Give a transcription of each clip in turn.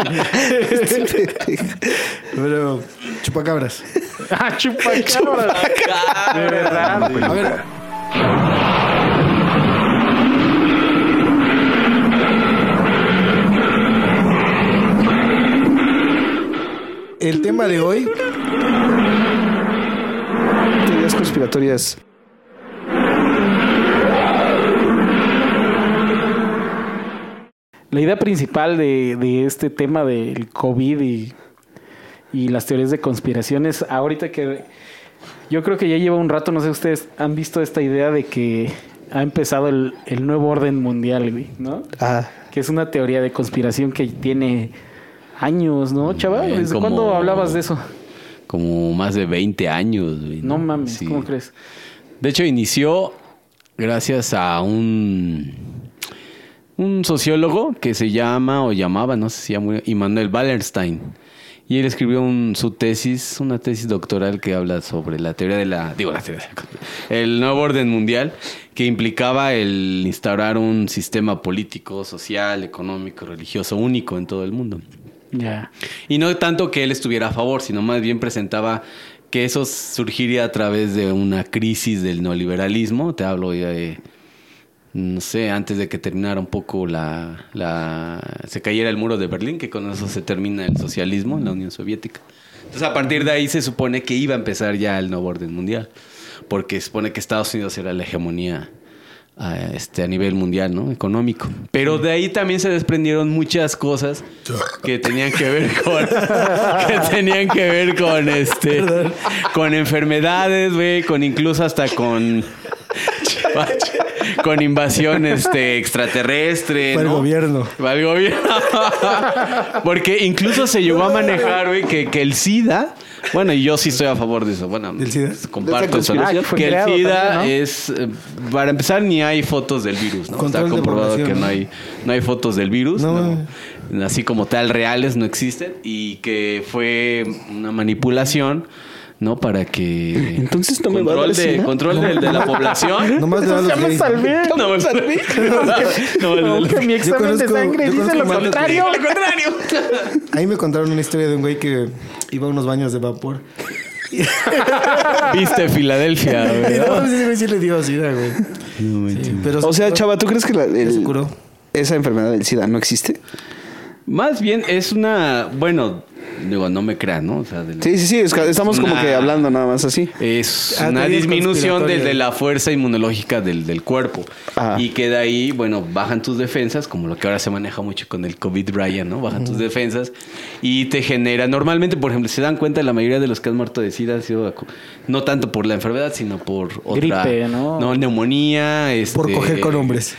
Pero, chupacabras. Chupacabras. De verdad, güey. A ver. El tema de hoy. Teorías conspiratorias. La idea principal de este tema del COVID y las teorías de conspiraciones, ahorita que yo creo que ya lleva un rato, no sé, ustedes han visto esta idea de que ha empezado el nuevo orden mundial, güey, ¿no? Que es una teoría de conspiración que tiene años, ¿no, chava? ¿Desde cuándo hablabas de eso? Como más de 20 años, güey. No mames, Sí. ¿Cómo crees? De hecho, inició gracias a un sociólogo que se llama, o llamaba, no sé si llama, Immanuel Wallerstein. Y él escribió una tesis doctoral que habla sobre la teoría el nuevo orden mundial, que implicaba el instaurar un sistema político, social, económico, religioso único en todo el mundo. Ya. Y no tanto que él estuviera a favor, sino más bien presentaba que eso surgiría a través de una crisis del neoliberalismo. Te hablo ya de, no sé, antes de que terminara un poco se cayera el muro de Berlín, que con eso se termina el socialismo en la Unión Soviética. Entonces, a partir de ahí se supone que iba a empezar ya el nuevo orden mundial, porque se supone que Estados Unidos era la hegemonía a nivel mundial, ¿no? Económico. Pero de ahí también se desprendieron muchas cosas que tenían que ver con enfermedades, güey, con incluso hasta con invasión extraterrestre, Para ¿no? el gobierno. Para el gobierno. Porque incluso se llegó a manejar, güey, que el SIDA. Bueno, y yo sí estoy a favor de eso. Bueno, ¿Del SIDA? comparto eso. ya fue Que el creado SIDA también, ¿no? es, para empezar, ni hay fotos del virus, ¿no? Control Está de comprobado población, que no hay fotos del virus, No. ¿no? Así como tal reales no existen, y que fue una manipulación, ¿no? Para que Entonces no me va a dar SIDA. control de la población. Nomás le da los Ya me gays. salvé. Aunque mi examen de sangre dice lo varios contrario. Ahí me contaron una historia de un güey que iba a unos baños de vapor. Viste Filadelfia, Y güey. no, pues ese güey sí le dio SIDA, güey. Sí, pero O sea, chava, ¿tú crees que se curó. esa enfermedad del SIDA no existe? Más bien es una, bueno, digo, no me crean, ¿no? O sea, Sí, estamos como que hablando nada más así. Es Ah, una teorías disminución de conspiratorias. la fuerza inmunológica del cuerpo. Ajá. Y que de ahí, bueno, bajan tus defensas, como lo que ahora se maneja mucho con el COVID, Brian, ¿no? Bajan tus defensas y te genera, normalmente, por ejemplo, se dan cuenta, la mayoría de los que han muerto de SIDA ha sido no tanto por la enfermedad, sino por otra... Gripe, ¿no? No, neumonía, Por coger con hombres.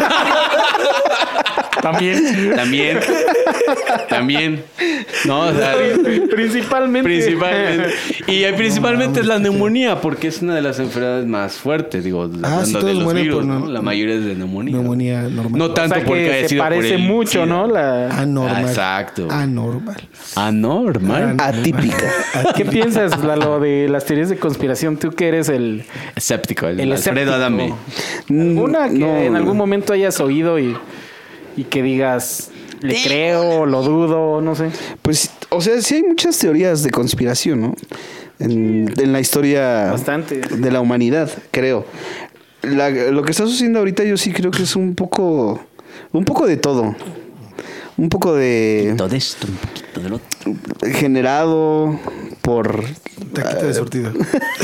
También. No, o sea, Principalmente. Y principalmente es la neumonía, porque es una de las enfermedades más fuertes, digo, sí, hablando todos de los mueren virus, por ¿no? La mayoría es de neumonía. Neumonía normal. No O tanto sea porque haya que se sido por parece el mucho, SIDA. ¿no? Anormal. Exacto. Anormal. Anormal. Atípica. ¿Qué piensas, Lalo, de las teorías de conspiración? Tú que eres el Escéptico, el escéptico. Alfredo Adame. ¿Alguna que No. en algún momento hayas oído y que digas, le creo, lo dudo, no sé? Pues, o sea, sí hay muchas teorías de conspiración, ¿no? En la historia Bastante. de la humanidad, creo. Lo que está sucediendo ahorita yo sí creo que es un poco de todo. Un poco de Todo esto, un poquito de lo otro. generado por Taquito de surtido.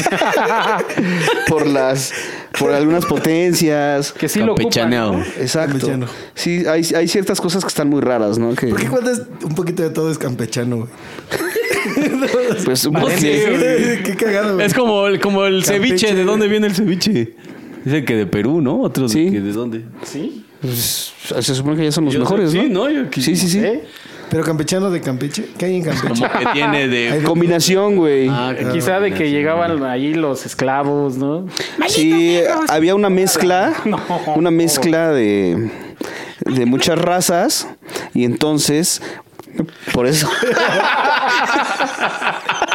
por algunas potencias. Que sí lo ocupan, Campechaneo. ¿no? Exacto. Campechano. Sí, hay ciertas cosas que están muy raras, ¿no? Que, ¿Por qué cuando es un poquito de todo es campechano, güey? pues un poco Sí, güey. Qué cagado, güey. Es como el ceviche. ¿De güey. dónde viene el ceviche? Dicen que de Perú, ¿no? Otros Sí. que de dónde. Sí. pues, se supone que ya son los Yo mejores, sé- ¿no? sí, ¿no? Yo aquí- Sí. ¿Eh? Pero campechano de Campeche. ¿Qué hay en Campeche? Como que tiene de... Combinación, güey. Quizá de que llegaban allí los esclavos, ¿no? Sí, había una mezcla, No. una mezcla de muchas razas y entonces por eso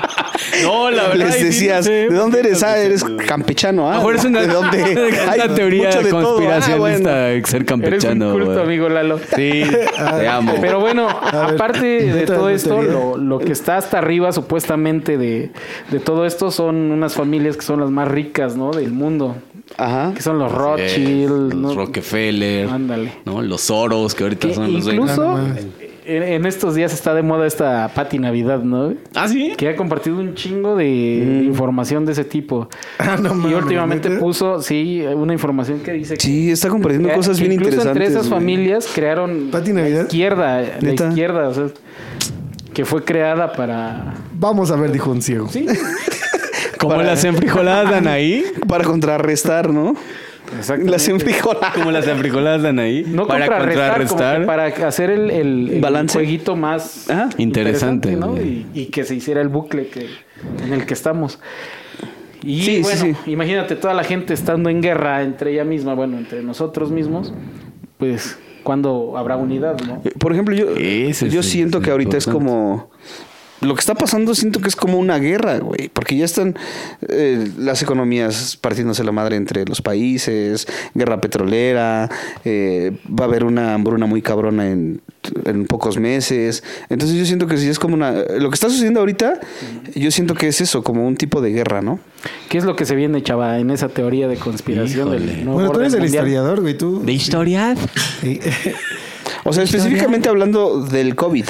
No, la verdad. Les sí, decías, no sé. ¿de dónde eres? Eres campechano. A lo mejor es una, ¿De dónde? una Hay teoría mucho de todo. conspiracionista ser Eres un campechano. culto, güey. amigo Lalo. Sí, te amo. Pero bueno, ver, aparte de neta, todo no esto, teoría. lo que está hasta arriba supuestamente de todo esto son unas familias que son las más ricas, ¿no? Del mundo. Ajá. Que son los Rothschild, Los ¿no? Rockefeller. Ándale. ¿No? Los Soros, que ahorita Que son los dueños. incluso Ah, no mames. en estos días está de moda esta Pati Navidad, ¿no? Ah, sí. Que ha compartido un chingo de información de ese tipo. Ah, no Y mames, últimamente ¿neta? puso, sí, una información que dice que Sí, está compartiendo cosas bien incluso interesantes. entre esas güey. familias crearon ¿Pati la Navidad? ¿Neta? izquierda, o sea, que fue creada para... Vamos a ver, dijo un ciego. Sí, Como las enfrijoladas de Anaí. Para contrarrestar, ¿no? exactamente. Las enfrijoladas. Como las enfrijoladas de Anaí. No para contrarrestar, como que para hacer el Balance. jueguito más Ajá. Interesante, ¿no? güey. Y que se hiciera el bucle en el que estamos. Y Sí, sí, bueno, sí. imagínate toda la gente estando en guerra entre ella misma, bueno, entre nosotros mismos, pues, ¿cuándo habrá unidad, no? Por ejemplo, Ese yo es siento que ahorita es importante. como... Lo que está pasando siento que es como una guerra, güey. Porque ya están las economías partiéndose la madre entre los países, guerra petrolera, va a haber una hambruna muy cabrona en pocos meses. Entonces yo siento que sí es como una... Lo que está sucediendo ahorita, yo siento que es eso, como un tipo de guerra, ¿no? ¿Qué es lo que se viene, chava, en esa teoría de conspiración Híjole. del nuevo Bueno, tú eres orden el mundial? historiador, güey. Tú. ¿De historia? Sí. O sea, específicamente hablando del COVID.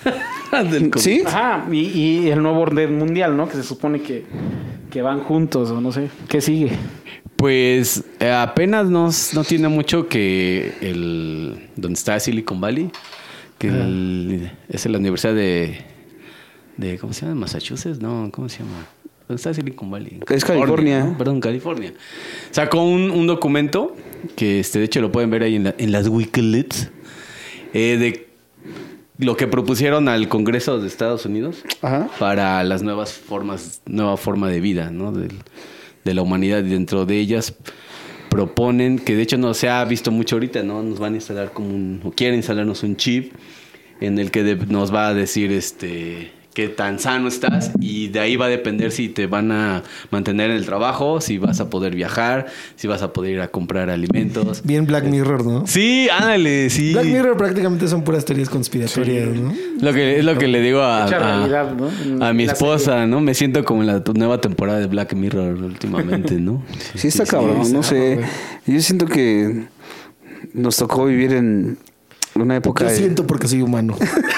¿Sí? Ajá, y el nuevo orden mundial, ¿no? Que se supone que van juntos o no sé. ¿Qué sigue? Pues apenas no tiene mucho que donde está Silicon Valley, que es la universidad de ¿cómo se llama? ¿Massachusetts? No, ¿cómo se llama? ¿Dónde está Silicon Valley? Es California. ¿no? Perdón, California. Sacó un documento que de hecho lo pueden ver ahí en las Wikileaks de lo que propusieron al Congreso de Estados Unidos Ajá. para las nueva forma de vida, ¿no? De la humanidad, y dentro de ellas proponen, que de hecho no se ha visto mucho ahorita, ¿no? Nos van a instalar o quieren instalarnos un chip en el que nos va a decir qué tan sano estás, y de ahí va a depender si te van a mantener en el trabajo, si vas a poder viajar, si vas a poder ir a comprar alimentos. Bien Black Mirror, ¿no? Sí, ándale, sí. Black Mirror prácticamente son puras teorías conspiratorias, ¿no? Es lo que le digo Hecha realidad, ¿no? a mi La esposa, ¿no? Me siento como en la nueva temporada de Black Mirror últimamente, ¿no? Sí está cabrón, no sé. Yo siento que nos tocó vivir en una época Yo siento porque soy humano.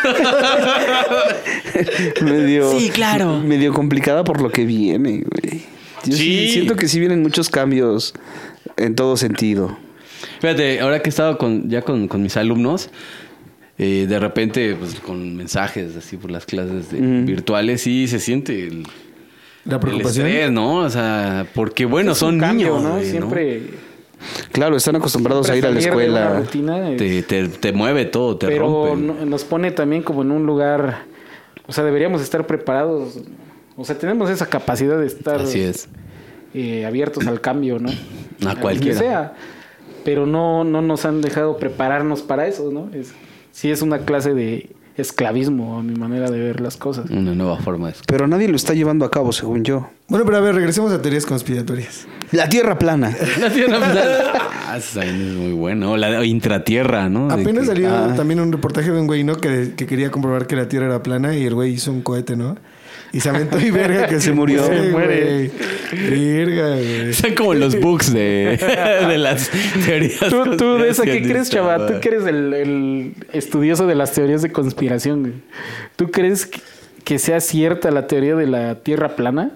medio, Sí, claro. medio complicada por lo que viene, güey. Yo Sí. siento que sí vienen muchos cambios en todo sentido. Fíjate, ahora que he estado con mis alumnos, de repente, pues con mensajes así por las clases virtuales, sí se siente La el preocupación. estrés, ¿no? O sea, porque bueno, Es un son cambio, niños, ¿no? güey, ¿no? Siempre... Claro, están acostumbrados a ir a la salir de una escuela. rutina es- Te mueve todo, te pero rompe. nos pone también como en un lugar, o sea, deberíamos estar preparados, o sea, tenemos esa capacidad de estar Así es. abiertos al cambio, ¿no? A cualquiera. Donde sea, pero no nos han dejado prepararnos para eso, ¿no? Sí es una clase de esclavismo a mi manera de ver las cosas. Una nueva forma de... Pero nadie lo está llevando a cabo, según yo. Bueno, pero a ver, regresemos a teorías conspiratorias. La Tierra plana. La tierra esa es muy bueno. La intratierra, ¿no? De Apenas que- salió también un reportaje de un güey, ¿no? Que quería comprobar que la Tierra era plana y el güey hizo un cohete, ¿no? Y se aventó y verga que se murió. Se muere. Verga, güey. Son como los bugs de las teorías. Tú de esa, ¿qué crees, conspiracionistas, chava? Tú güey. que eres el estudioso de las teorías de conspiración, güey. ¿Tú crees que sea cierta la teoría de la Tierra plana?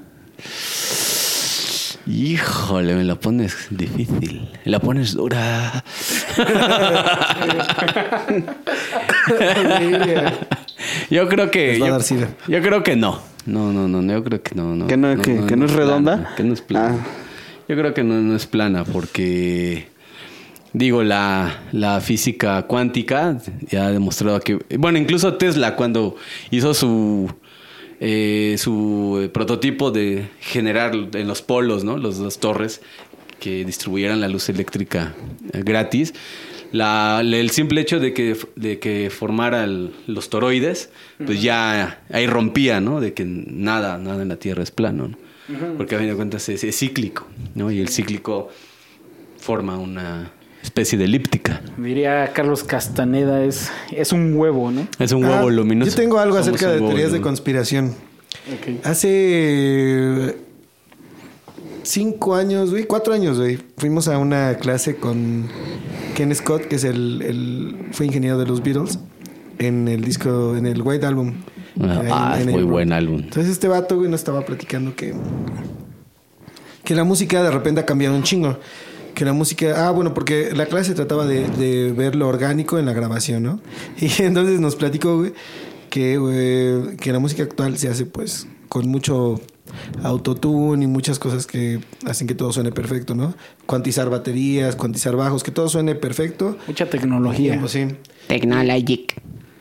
Híjole, me la pones difícil. La pones dura. Yo creo que... Les va a dar sida. Yo creo que no. No, yo creo que no. ¿Que no es redonda? plana, que no es plana. Yo creo que no es plana porque... Digo, la física cuántica ya ha demostrado que... Bueno, incluso Tesla cuando hizo su prototipo de generar en los polos, ¿no? Las dos torres que distribuyeran la luz eléctrica gratis. el simple hecho de que formara los toroides, pues ya ahí rompía, ¿no? De que nada en la Tierra es plano, ¿no? Porque a fin de cuentas es cíclico, ¿no? Y el cíclico forma una especie de elíptica. Diría Carlos Castaneda, es un huevo, ¿no? Es un huevo luminoso. Yo tengo algo Somos acerca de un huevo teorías de luminoso. conspiración. Okay. Hace 5 años, güey, 4 años, güey, fuimos a una clase con Ken Scott, que es fue ingeniero de los Beatles, en el White Album. Es muy buen álbum. Entonces este vato, güey, nos estaba platicando que la música de repente ha cambiado un chingo. Que la música... bueno, porque la clase trataba de ver lo orgánico en la grabación, ¿no? Y entonces nos platicó, güey, que la música actual se hace, pues, con mucho autotune y muchas cosas que hacen que todo suene perfecto, ¿no? Cuantizar baterías, cuantizar bajos, que todo suene perfecto. Mucha tecnología. Pues, sí. Technologic.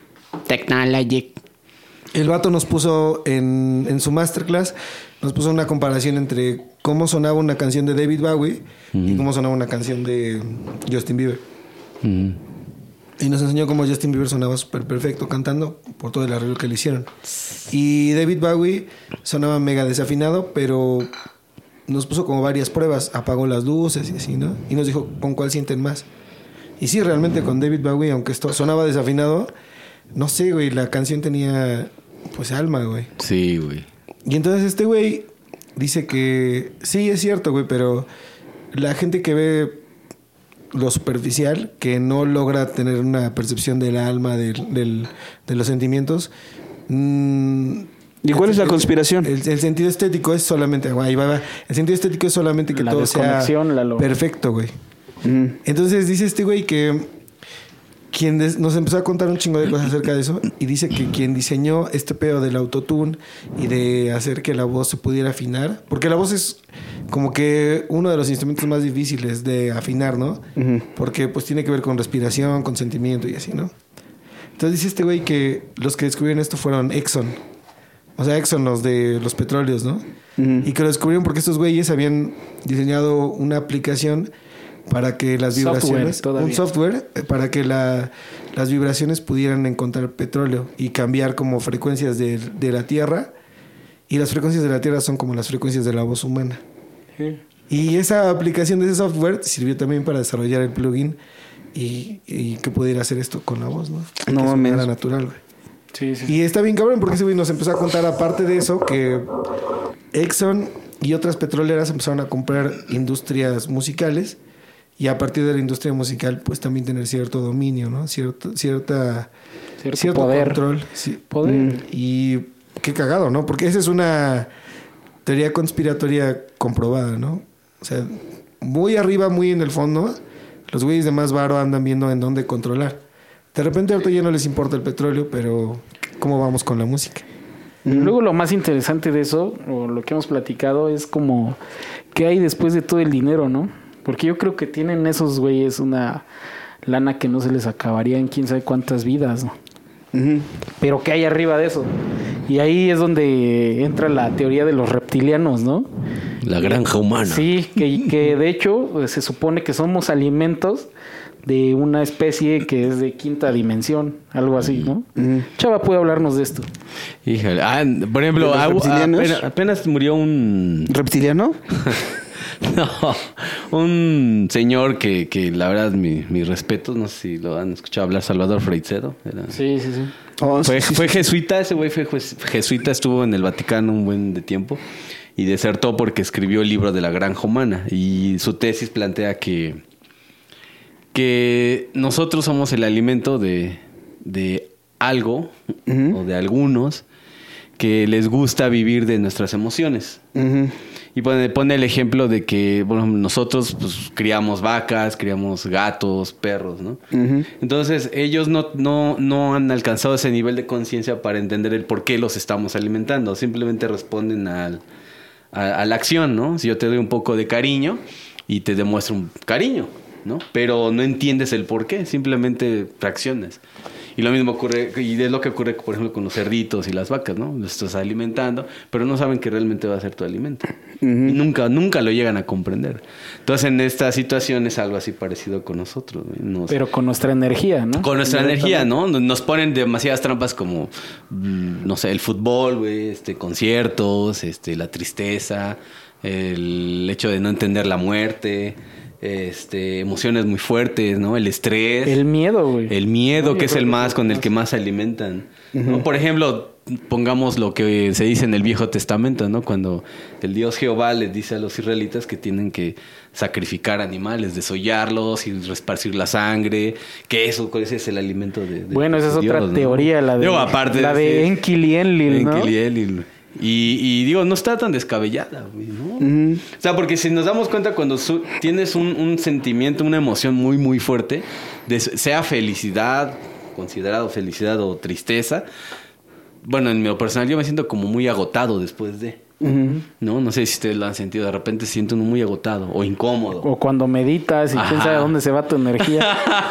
El vato nos puso en su masterclass, nos puso una comparación entre cómo sonaba una canción de David Bowie y cómo sonaba una canción de Justin Bieber. Y nos enseñó cómo Justin Bieber sonaba súper perfecto cantando por todo el arreglo que le hicieron. Y David Bowie sonaba mega desafinado, pero nos puso como varias pruebas. Apagó las luces y así, ¿no? Y nos dijo con cuál sienten más. Y sí, realmente con David Bowie, aunque esto sonaba desafinado, no sé, güey, la canción tenía pues alma, güey. Sí, güey. Y entonces este güey dice que sí, es cierto, güey, pero la gente que ve lo superficial, que no logra tener una percepción del alma, de los sentimientos. ¿Y cuál es la conspiración? El sentido estético es solamente... Ahí va. El sentido estético es solamente que La todo sea desconexión, perfecto, güey. Entonces dice este güey que nos empezó a contar un chingo de cosas acerca de eso, y dice que quien diseñó este pedo del autotune y de hacer que la voz se pudiera afinar, porque la voz es como que uno de los instrumentos más difíciles de afinar, ¿no? Porque pues tiene que ver con respiración, con sentimiento y así, ¿no? Entonces dice este güey que los que descubrieron esto fueron Exxon. O sea, Exxon, los de los petróleos, ¿no? Y que lo descubrieron porque estos güeyes habían diseñado una aplicación para que las vibraciones... Un software para que las vibraciones pudieran encontrar petróleo y cambiar como frecuencias de la Tierra. Y las frecuencias de la Tierra son como las frecuencias de la voz humana. Sí. Y esa aplicación de ese software sirvió también para desarrollar el plugin y que pudiera hacer esto con la voz, ¿no? No que mames. sonara natural, güey. Sí, sí. Y está bien cabrón porque ese güey nos empezó a contar, aparte de eso, que Exxon y otras petroleras empezaron a comprar industrias musicales, y a partir de la industria musical pues también tener cierto dominio, ¿no? Cierto poder. control. Sí. Poder. Y qué cagado, ¿no? Porque esa es una teoría conspiratoria comprobada, ¿no? O sea, muy arriba, muy en el fondo, los güeyes de más varo andan viendo en dónde controlar. De repente ahorita ya no les importa el petróleo, pero ¿cómo vamos con la música? Luego lo más interesante de eso, o lo que hemos platicado, es como qué hay después de todo el dinero, ¿no? Porque yo creo que tienen esos güeyes una lana que no se les acabaría en quién sabe cuántas vidas, ¿no? Pero ¿qué hay arriba de eso? Y ahí es donde entra la teoría de los reptilianos, ¿no? La granja humana. Sí, que de hecho se supone que somos alimentos de una especie que es de quinta dimensión, algo así, ¿no? Chava puede hablarnos de esto. Híjole. Por ejemplo, ¿De los reptilianos? apenas murió un... ¿Reptiliano? No, un señor que la verdad, mis respetos, no sé si lo han escuchado hablar, Salvador Freixedo. Sí, sí, sí. Oh, Fue jesuita, ese güey fue jesuita, estuvo en el Vaticano un buen de tiempo y desertó porque escribió el libro de la granja humana, y su tesis plantea que nosotros somos el alimento de algo o de algunos que les gusta vivir de nuestras emociones. Y pone el ejemplo de que, bueno, nosotros pues criamos vacas, criamos gatos, perros, ¿no? Entonces ellos no han alcanzado ese nivel de conciencia para entender el por qué los estamos alimentando. Simplemente responden a la acción, ¿no? Si yo te doy un poco de cariño y te demuestro un cariño, ¿no? Pero no entiendes el por qué, simplemente reaccionas. Y lo mismo ocurre, y es lo que ocurre, por ejemplo, con los cerditos y las vacas, ¿no? Los estás alimentando, pero no saben que realmente va a ser tu alimento. Y nunca lo llegan a comprender. Entonces, en esta situación es algo así parecido con nosotros. Pero con nuestra energía, ¿no? Con nuestra energía, ¿no? Nos ponen demasiadas trampas como, no sé, el fútbol, güey, conciertos, la tristeza, el hecho de no entender la muerte, emociones muy fuertes, ¿no? El estrés. El miedo, güey. El miedo, que es el más, con el que más se alimentan. ¿No? Por ejemplo, pongamos lo que se dice en el Viejo Testamento, ¿no? Cuando el Dios Jehová les dice a los israelitas que tienen que sacrificar animales, desollarlos y esparcir la sangre, que ese es el alimento de bueno, esa es Dios, otra ¿no? teoría, la de, digo, aparte la de Enki y Enlil, ¿no? Enki y Enlil. Y digo, no está tan descabellada, güey, ¿no? O sea, porque si nos damos cuenta cuando tienes un sentimiento, una emoción muy, muy fuerte, sea felicidad, considerado felicidad o tristeza, bueno, en mi personal yo me siento como muy agotado después de... No sé si ustedes lo han sentido. De repente se siente uno muy agotado o incómodo. O cuando meditas y quién sabe a dónde se va tu energía.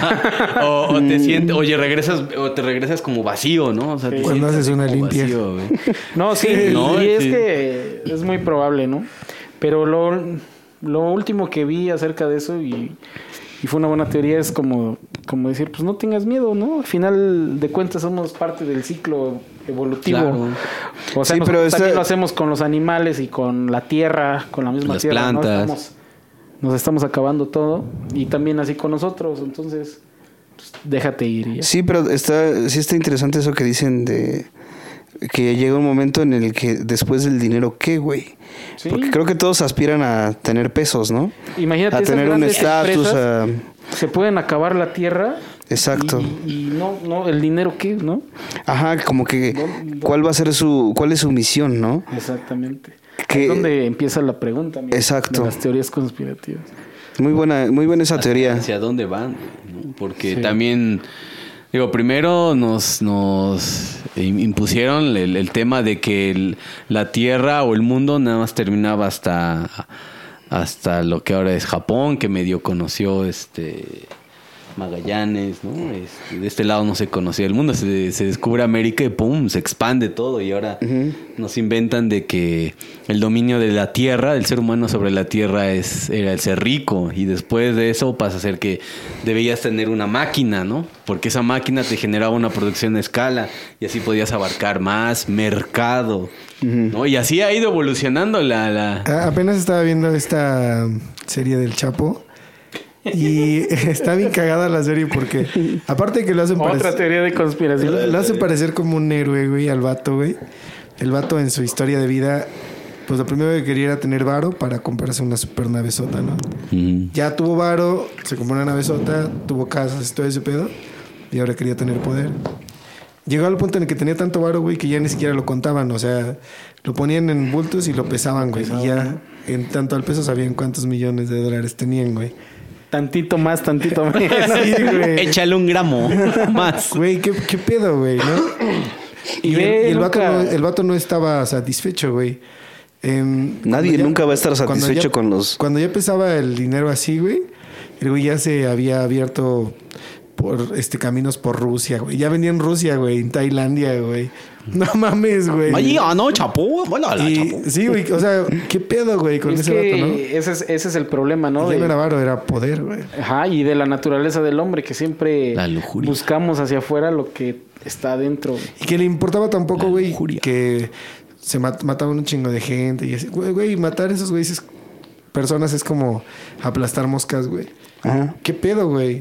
o te sientes, oye, te regresas como vacío, ¿no? O sea, Sí. Cuando haces una limpia. Vacío, güey. No, sí, No, y es sí. que es muy probable, ¿no? Pero lo último que vi acerca de eso y fue una buena teoría es como decir, pues no tengas miedo, ¿no? Al final de cuentas somos parte del ciclo evolutivo. Claro. O sea, Sí, nosotros pero también lo hacemos con los animales y con la tierra, con la misma Las tierra, ¿no? plantas. Nos estamos acabando todo y también así con nosotros, entonces pues, déjate ir. Y ya. Sí, pero sí está interesante eso que dicen de que llega un momento en el que después del dinero, ¿qué, güey? Sí. Porque creo que todos aspiran a tener pesos, ¿no? Imagínate A esas tener un grandes estatus. empresas, se pueden acabar la tierra. Exacto. Y no, el dinero qué, ¿no? Ajá, como que cuál es su misión, ¿no? Exactamente. Que- Es donde empieza la pregunta, mira, Exacto. de las teorías conspirativas. Muy buena esa teoría. ¿Hacia dónde van? ¿No? Porque Sí. también, digo, primero nos impusieron el tema de que la Tierra o el mundo nada más terminaba hasta lo que ahora es Japón, que medio conoció Magallanes, ¿no? De este lado no se conocía el mundo, se descubre América y ¡pum! Se expande todo y ahora nos inventan de que el dominio de la tierra, del ser humano sobre la tierra era el ser rico y después de eso pasa a ser que debías tener una máquina, ¿no? Porque esa máquina te generaba una producción a escala y así podías abarcar más mercado, ¿no? Y así ha ido evolucionando Apenas estaba viendo esta serie del Chapo. Y está bien cagada la serie porque, aparte de que lo hacen Otra teoría de conspiración. lo hacen parecer como un héroe, güey, al vato, güey. El vato en su historia de vida, pues lo primero que quería era tener varo para comprarse una super navezota, ¿no? Ya tuvo varo, se compró una navezota, tuvo casas y todo ese pedo. Y ahora quería tener poder. Llegó al punto en el que tenía tanto varo, güey, que ya ni siquiera lo contaban. O sea, lo ponían en bultos y lo pesaban, güey. Y ya en tanto al peso sabían cuántos millones de dólares tenían, güey. Tantito más, tantito menos. Sí, güey. Échale un gramo más. Güey, ¿qué pedo, güey, no? Y el vato no estaba satisfecho, güey. Nadie nunca va a estar satisfecho con los... Cuando ya pesaba el dinero así, güey, el güey ya se había abierto por caminos por Rusia, güey. Ya vendía en Rusia, güey, en Tailandia, güey. No mames, güey. No, Chapo. Sí, güey, o sea, ¿qué pedo, güey, con Es ese que vato, no? ese es el problema, ¿no? Ya no era varo, era poder, güey. Ajá, y de la naturaleza del hombre, que siempre La lujuria. buscamos hacia afuera lo que está adentro. Güey. Y que le importaba tampoco, güey, lujuria. que se mataban un chingo de gente y así. Güey, matar a esos güeyes personas es como aplastar moscas, güey. Ajá. ¿Qué pedo, güey?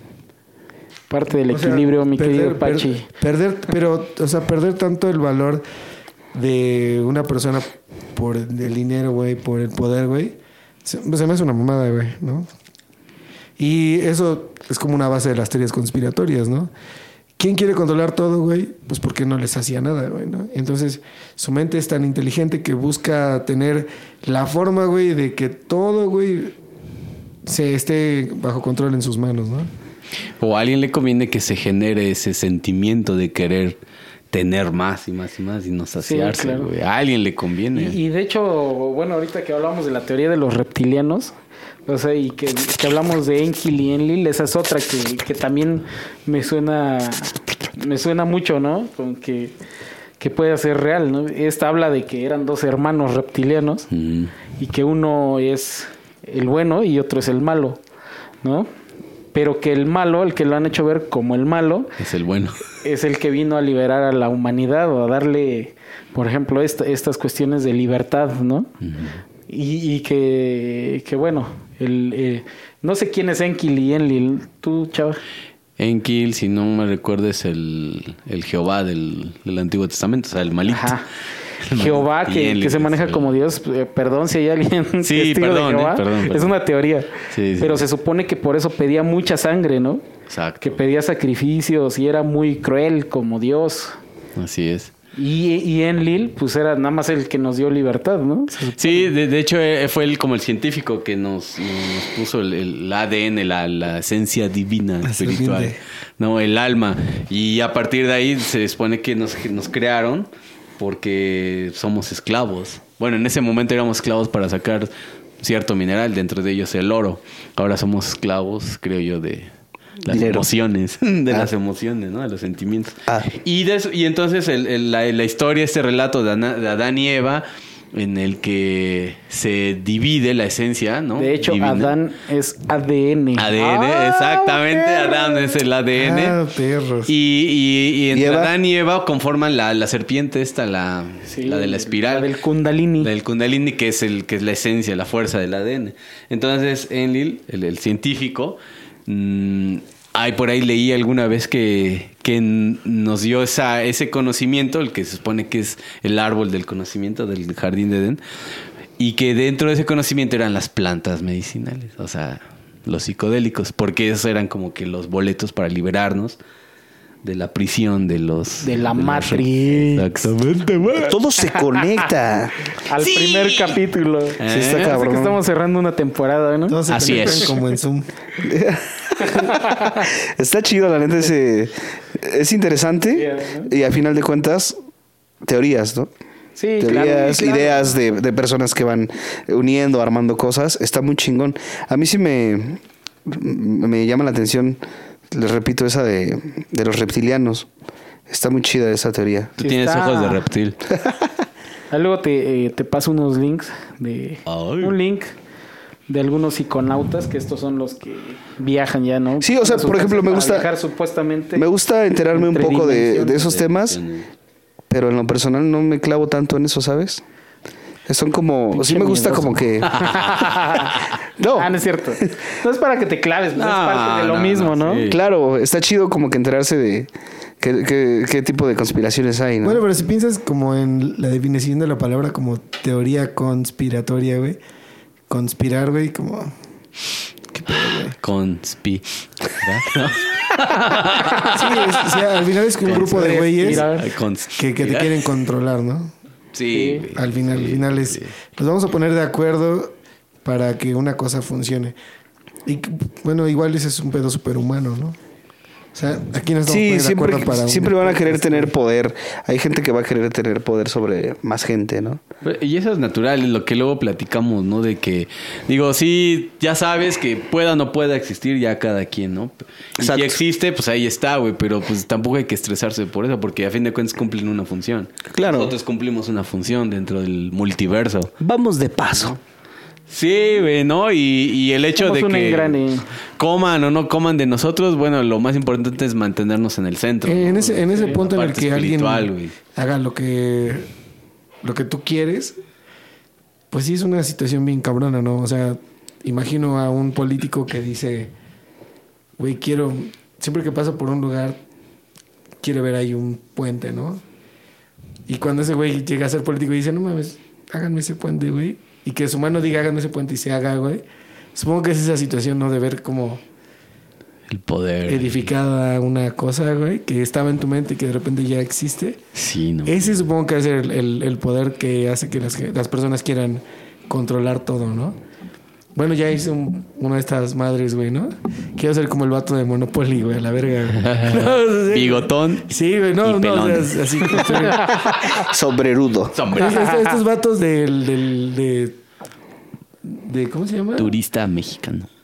Parte del O sea, equilibrio, mi querido Pachi. Perder tanto el valor de una persona por el dinero, güey, por el poder, güey. Se me hace una mamada, güey, ¿no? Y eso es como una base de las teorías conspiratorias, ¿no? ¿Quién quiere controlar todo, güey? Pues porque no les hacía nada, güey, ¿no? Entonces, su mente es tan inteligente que busca tener la forma, güey, de que todo, güey, se esté bajo control en sus manos, ¿no? O a alguien le conviene que se genere ese sentimiento de querer tener más y más y más y no saciarse, Sí, claro. güey. A alguien le conviene. Y de hecho, bueno, ahorita que hablamos de la teoría de los reptilianos, o sea, y que hablamos de Enki y Enlil, esa es otra que también me suena me suena mucho, ¿no? Con que puede ser real, ¿no? Esta habla de que eran 2 hermanos reptilianos y que uno es el bueno y otro es el malo, ¿no? Pero que el malo, el que lo han hecho ver como el malo, es el bueno. Es el que vino a liberar a la humanidad o a darle, por ejemplo, estas cuestiones de libertad, ¿no? Y que bueno, no sé quién es Enlil y Enlil. ¿Tú, chava? Enlil, si no me recuerdo, es el Jehová del Antiguo Testamento, o sea, el malito. Ajá. Jehová, que se maneja como Dios. Perdón si hay alguien sí, perdón, de Jehová. Perdón. Es una teoría. Sí. Pero se supone que por eso pedía mucha sangre, ¿no? Exacto. Que pedía sacrificios y era muy cruel como Dios. Así es. Y Enlil, pues era nada más el que nos dio libertad, ¿no? Sí, de hecho fue él como el científico que nos puso el ADN, la esencia divina espiritual, no, el alma. Y a partir de ahí se supone que nos crearon porque somos esclavos. Bueno, en ese momento éramos esclavos para sacar cierto mineral, dentro de ellos el oro. Ahora somos esclavos, creo yo, de las emociones, las emociones, ¿no? De los sentimientos. Y entonces la historia, este relato de Adán y Eva, en el que se divide la esencia, ¿no? De hecho, divina. Adán es ADN. Exactamente. Perros. Adán es el ADN. Perros. Y entre Adán y Eva conforman la serpiente esta, la de la espiral. La del Kundalini. Del Kundalini, que es la esencia, la fuerza del ADN. Entonces, Enlil, el científico, por ahí leí alguna vez que nos dio ese conocimiento, el que se supone que es el árbol del conocimiento del Jardín de Edén, y que dentro de ese conocimiento eran las plantas medicinales, o sea, los psicodélicos, porque esos eran como que los boletos para liberarnos de la prisión de la Matrix. Exactamente, güey. Todo se conecta. Al primer capítulo. Sí, está cabrón. Parece que estamos cerrando una temporada, ¿no? Todos se Así conectan es. como en Zoom. Está chido, la neta. Es interesante. Y a final de cuentas, teorías, ¿no? Sí, Teorías, claro. ideas de personas que van uniendo, armando cosas. Está muy chingón. A mí sí me llama la atención, les repito, esa de los reptilianos. Está muy chida esa teoría. Tú tienes ojos de reptil. Luego te paso unos links un link de algunos psiconautas, que estos son los que viajan ya, ¿no? Sí, o sea, por ejemplo, me gusta viajar, supuestamente, me gusta enterarme un entre poco de dimensiones. esos temas, pero en lo personal no me clavo tanto en eso, ¿sabes? Son como... Pinche sí me gusta miedoso. como que... No. No es cierto. No es para que te claves, no, es parte de lo mismo, ¿no? sí. Claro, está chido como que enterarse de qué tipo de conspiraciones hay, ¿no? Bueno, pero si piensas como en la definición de la palabra como teoría conspiratoria, güey. Conspirar, güey, como... ¿Qué pedo, güey? Sí, al final es que un grupo de güeyes que te quieren controlar, ¿no? Sí. Al final es... Nos vamos a poner de acuerdo para que una cosa funcione. Y bueno, igual ese es un pedo superhumano, ¿no? O sea, aquí nos estamos poniendo de acuerdo para... siempre van a querer tener poder. Hay gente que va a querer tener poder sobre más gente, ¿no? Y eso es natural, lo que luego platicamos, ¿no? De que, digo, sí, ya sabes que pueda o no pueda existir ya cada quien, ¿no? Y Exacto. si existe, pues ahí está, güey, pero pues tampoco hay que estresarse por eso, porque a fin de cuentas cumplen una función. Claro. Nosotros cumplimos una función dentro del multiverso. Vamos de paso. Sí, güey, ¿no? Y el hecho Somos de un que engrane. coman o no coman de nosotros, bueno, lo más importante es mantenernos en el centro. En ¿no? ese punto en el parte que alguien espiritual, güey. haga lo que tú quieres, pues sí es una situación bien cabrona, ¿no? O sea, imagino a un político que dice, güey, siempre que paso por un lugar, quiero ver ahí un puente, ¿no? Y cuando ese güey llega a ser político y dice, no mames, háganme ese puente, güey. Y que su mano diga, háganme ese puente y se haga, güey. Supongo que es esa situación, ¿no? De ver como El poder. edificada una cosa, güey, que estaba en tu mente y que de repente ya existe. Sí, ¿no? Ese supongo que es el poder que hace que las personas quieran controlar todo, ¿no? Bueno, ya hice una de estas madres, güey, ¿no? Quiero ser como el vato de Monopoly, güey, a la verga. No, sí, Bigotón. sí, güey, no, y no, pelón. o sea, así. Sombrerudo. Estos vatos de ¿cómo se llama? Turista mexicano.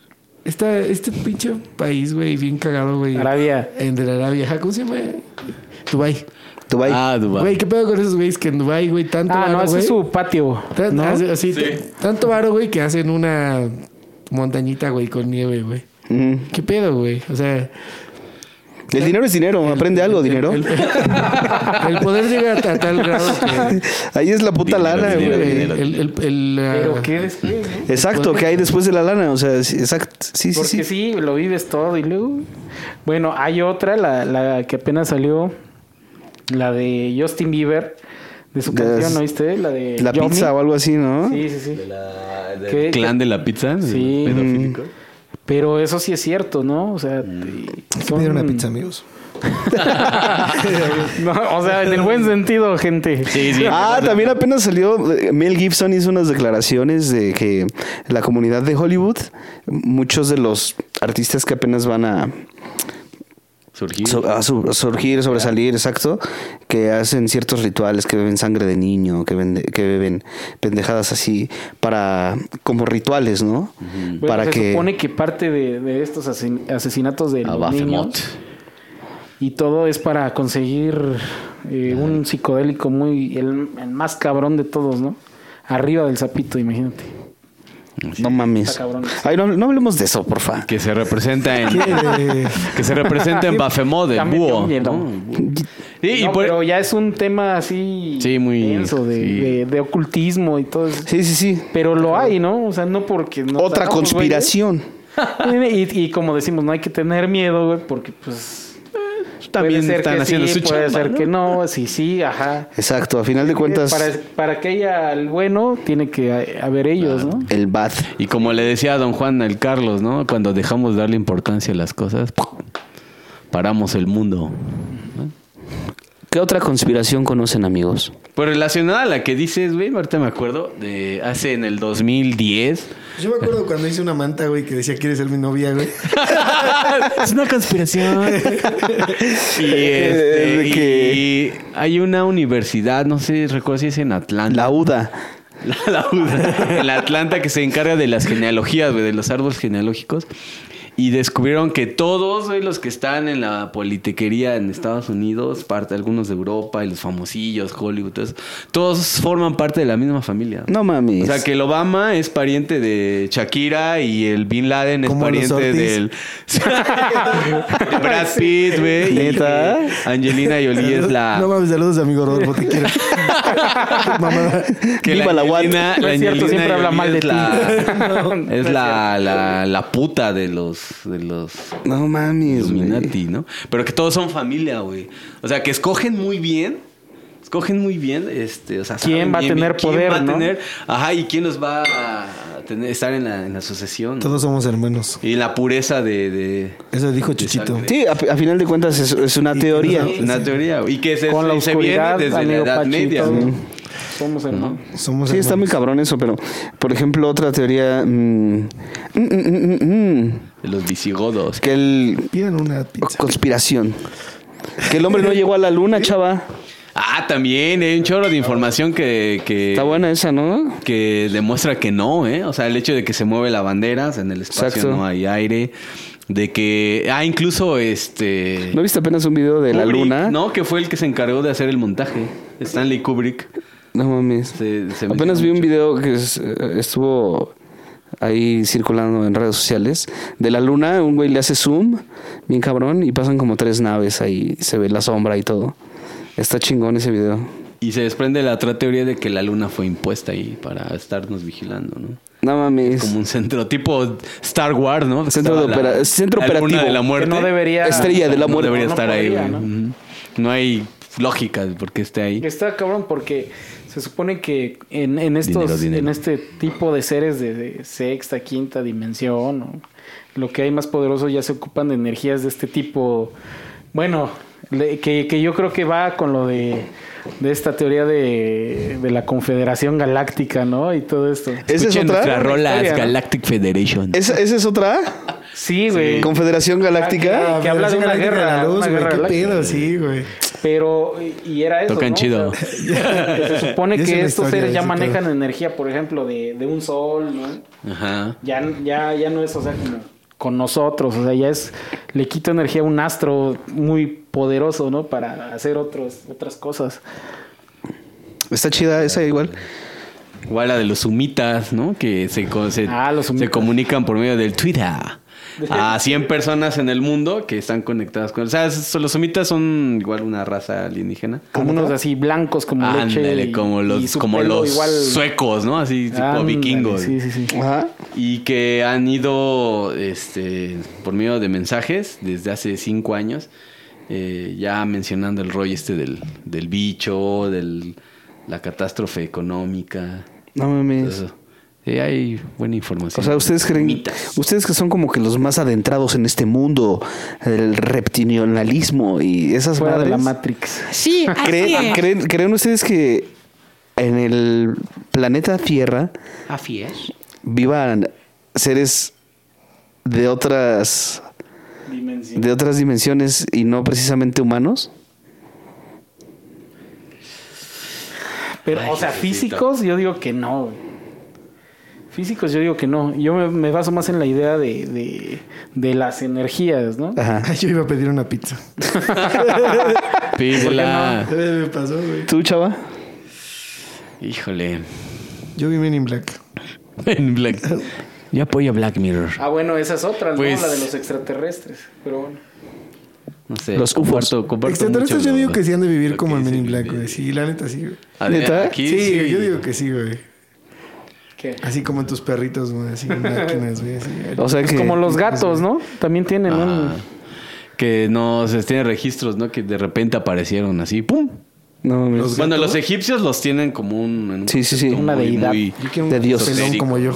Este pinche país, güey, bien cagado, güey. Arabia. En de la Arabia. Ajá, ¿cómo se llama? Dubái. Dubái. Ah, Dubái. Güey, ¿qué pedo con esos güeyes que en Dubái, güey, tanto Ah, no, varo, ese güey? es su patio. ¿no? Así, tanto varo, güey, que hacen una montañita, güey, con nieve, güey. ¿Qué pedo, güey? O sea... El dinero es dinero. Aprende algo, dinero. El poder llega a tal grado que... Ahí es la puta Dinero, lana, dinero, güey. dinero. Pero ¿qué después? ¿No? Exacto, ¿qué hay después de la lana? O sea, exacto. Sí, sí, Porque sí. sí, lo vives todo y luego... Bueno, hay otra, la que apenas salió, la de Justin Bieber, de su canción, ¿no viste? La de La Yomi. pizza o algo así, ¿no? Sí, sí, sí. Del ¿Qué? clan de la pizza. Sí. Pedofílico. Pero eso sí es cierto, ¿no? O sea, Me dieron una pizza, amigos. No, o sea, en el buen sentido, gente. Sí, sí. También apenas salió, Mel Gibson hizo unas declaraciones de que la comunidad de Hollywood, muchos de los artistas que apenas van a Surgir. surgir, sobresalir, exacto, que hacen ciertos rituales, que beben sangre de niño, que beben pendejadas así, como rituales, ¿no? Bueno, Para se que... supone que parte de estos asesinatos de A los Baphomet. niños y todo es para conseguir un psicodélico el más cabrón de todos, ¿no? Arriba del sapito, imagínate. No mames. Está cabrón. Ay, no hablemos de eso, porfa. Que se representa en... que se representa en Baphomet, el Ya me dio búho. miedo. ¿no? Sí, y No, por... pero ya es un tema así Sí, muy- denso de ocultismo y todo eso. Sí, sí, sí. Pero lo hay, ¿no? O sea, no porque... nos Otra hagamos conspiración. güeyes. Y como decimos, no hay que tener miedo, güey, porque pues... también puede ser están que haciendo sí, su puede chamba, ser ¿no? que no. Sí, ajá. Exacto, a final de cuentas, Para que haya el bueno, tiene que haber ellos, ¿no? el bad. Y como le decía a don Juan el Carlos, ¿no? Cuando dejamos darle importancia a las cosas, paramos el mundo. ¿Qué otra conspiración conocen, amigos? Pues relacionada a la que dices, güey, ahorita me acuerdo, de hace en el 2010. Yo me acuerdo cuando hice una manta, güey, que decía, ¿quieres ser mi novia, güey? Es una conspiración. y hay una universidad, no sé, recuerdo si es en Atlanta. La UDA. La UDA, en la Atlanta, que se encarga de las genealogías, güey, de los árboles genealógicos. Y descubrieron que todos, güey, los que están en la politiquería en Estados Unidos, algunos de Europa y los famosillos, Hollywood, todos forman parte de la misma familia. No mames. O sea, que el Obama es pariente de Shakira y el Bin Laden es Como los pariente Ortiz. del... de Brad Pitt, güey. y ¿Neta? que Angelina Jolie es la... No mames, saludos, amigo Rodolfo, te quiero. Mamada. que Viva la Watt. Angelina- No es cierto, Angelina siempre habla Jolie mal de ti. es la puta de los No mames, güey. Illuminati, ¿no? Pero que todos son familia, güey. O sea, que escogen muy bien. O sea, ¿Quién saben va a bien tener quién poder, va a no? tener, ajá, y quién los va a estar en la sucesión. ¿no? Todos somos hermanos. Y la pureza de Eso dijo Chuchito. sangre. Sí, a final de cuentas es una teoría. una teoría. Y que Con la se viene oscuridad, desde la amigo Edad Pachito. Media. ¿no? Somos hermanos. Somos Sí, está muy hermanos. cabrón eso, pero por ejemplo, otra teoría De los visigodos. que el Pidan una pizza. conspiración. Que el hombre no llegó a la luna, chava. Ah, también hay un chorro de información que Está buena esa, ¿no? que demuestra que no, ¿eh? O sea, el hecho de que se mueve la bandera, o sea, en el espacio Exacto. no hay aire, de que incluso ¿No viste apenas un video de la Kubrick, luna? ¿no? Que fue el que se encargó de hacer el montaje. Stanley Kubrick. No mames. Se Apenas menciona vi un mucho. video que estuvo ahí circulando en redes sociales de la luna. Un güey le hace zoom, bien cabrón, y pasan como 3 naves ahí. Se ve la sombra y todo. Está chingón ese video. Y se desprende la otra teoría de que la luna fue impuesta ahí para estarnos vigilando, ¿no? No mames. Como un centro tipo Star Wars, ¿no? Centro de Estaba centro la luna operativo. de la muerte. Que no debería... Estrella de la No muerte. debería No estar ahí, podría, güey. ¿no? Ujú. No hay lógica de por qué esté ahí. Está cabrón porque se supone que en estos Dinero. en este tipo de seres de sexta, quinta dimensión, o lo que hay más poderoso, ya se ocupan de energías de este tipo. Bueno, que yo creo que va con lo de esta teoría de la Confederación Galáctica, ¿no? Y todo esto. ¿Esa es Escuchen otra? nuestras rolas, Historia, ¿no? Galactic Federation. ¿Esa es otra? Sí, güey. Confederación Galáctica. Que habla de una Federación guerra, Galáctica de la Luz, una güey. guerra ¿Qué galáctica. pedo? Sí, güey. Pero, y era eso, Tocan ¿no? chido. O sea, que se supone Es que una estos historia seres de ya ese manejan pedo. energía, por ejemplo, de un sol, ¿no? Ajá. Ya no es, o sea, con nosotros. O sea, ya le quita energía a un astro muy poderoso, ¿no? Para hacer otras cosas. Está chida esa igual. Igual la de los sumitas, ¿no? Que Los sumitas. se comunican por medio del Twitter. A 100 personas en el mundo que están conectadas con... O sea, los sumitas son igual una raza alienígena. Como unos así blancos como leche. Ándale, como los igual... suecos, ¿no? Así tipo vikingos. Sí. Ajá. Y que han ido por medio de mensajes desde hace 5 años, ya mencionando el rollo del bicho, la catástrofe económica. No mames. Entonces, hay buena información. O sea, ustedes creen, Mitas. ustedes que son como que los más adentrados en este mundo, el reptilianismo y esas Fuera de madres. la Matrix. Sí, así es. ¿Creen ustedes que en el planeta Tierra Así es. vivan seres de otras dimensiones y no precisamente humanos? Pero, Ay, o sea, Jesucito. físicos, yo digo que no, güey. Físicos, yo digo que no. Yo me baso más en la idea de las energías, ¿no? Ajá. Ay, yo iba a pedir una pizza. Pídela. Me pasó, güey. ¿Tú, chava? Híjole. Yo vi Men in Black. En Black. Yo apoyo a Black Mirror. Ah, bueno, esa es otra, ¿no? Pues- La de los extraterrestres. Pero bueno. No sé. Los UFOs. comparto Extraterrestres mucho yo digo lo- que sí han de vivir lo como que en Men in dice Black, Luis. güey. Sí, la neta sí, güey. ¿Neta? Aquí Sí, yo digo que sí, güey. ¿Qué? Así como en tus perritos, güey. Así máquinas, güey. Así. O sea Pues que... como los gatos, ¿no? También tienen un... Que no se tienen registros, ¿no? Que de repente aparecieron así, ¡pum! No, mames. Los- Bueno, gatos? los egipcios los tienen como un Sí, sí, sí. concepto Una muy, deidad. muy- Yo quiero De un Dios. pelón Esotérico. como yo.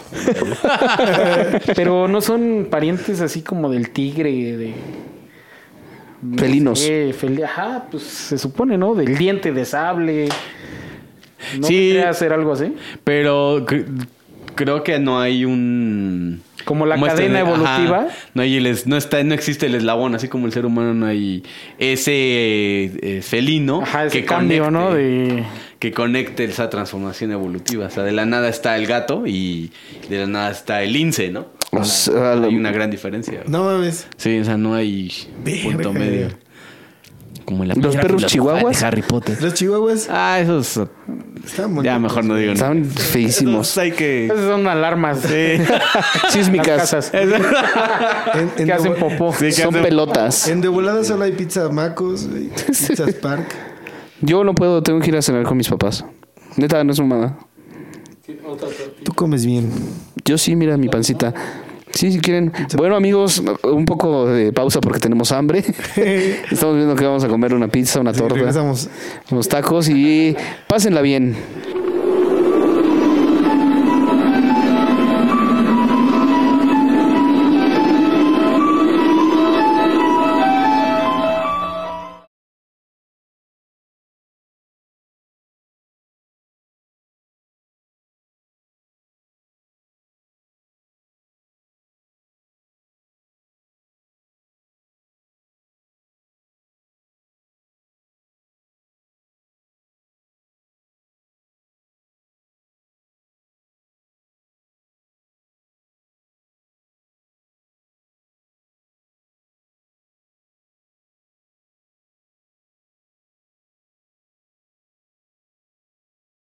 Pero no son parientes así como del tigre, de... no Felinos. sé, ajá, pues se supone, ¿no? Del diente de sable. ¿No Sí. vendría a hacer algo así? Pero creo que no hay un... Como la como cadena evolutiva. ajá, no existe el eslabón, así como el ser humano no hay ese felino Ajá, ese cambio, ¿no? que conecte esa transformación evolutiva. O sea, de la nada está el gato y de la nada está el lince, ¿no? O sea, Hay una gran diferencia. No mames. Sí, o sea, no hay punto Verga. medio. Como la ¿Los piedra perros filosofal chihuahuas? de Harry Potter. Los chihuahuas Ah, esos... están bonitos. Ya mejor no digo nada. Están feísimos. Esos hay que... Esas son alarmas. Sísmicas. Las casas. En Que hacen de, popó. Son pelotas. en de volada solo hay pizza Macos, güey. Pizza Spark. Yo no puedo, tengo que ir a cenar con mis papás. Neta, no es mamada. Tú comes bien. Yo sí, mira mi pancita. Sí, si quieren. Bueno, amigos, un poco de pausa porque tenemos hambre. Estamos viendo que vamos a comer una pizza, una torta, Regresamos. unos tacos y pásenla bien.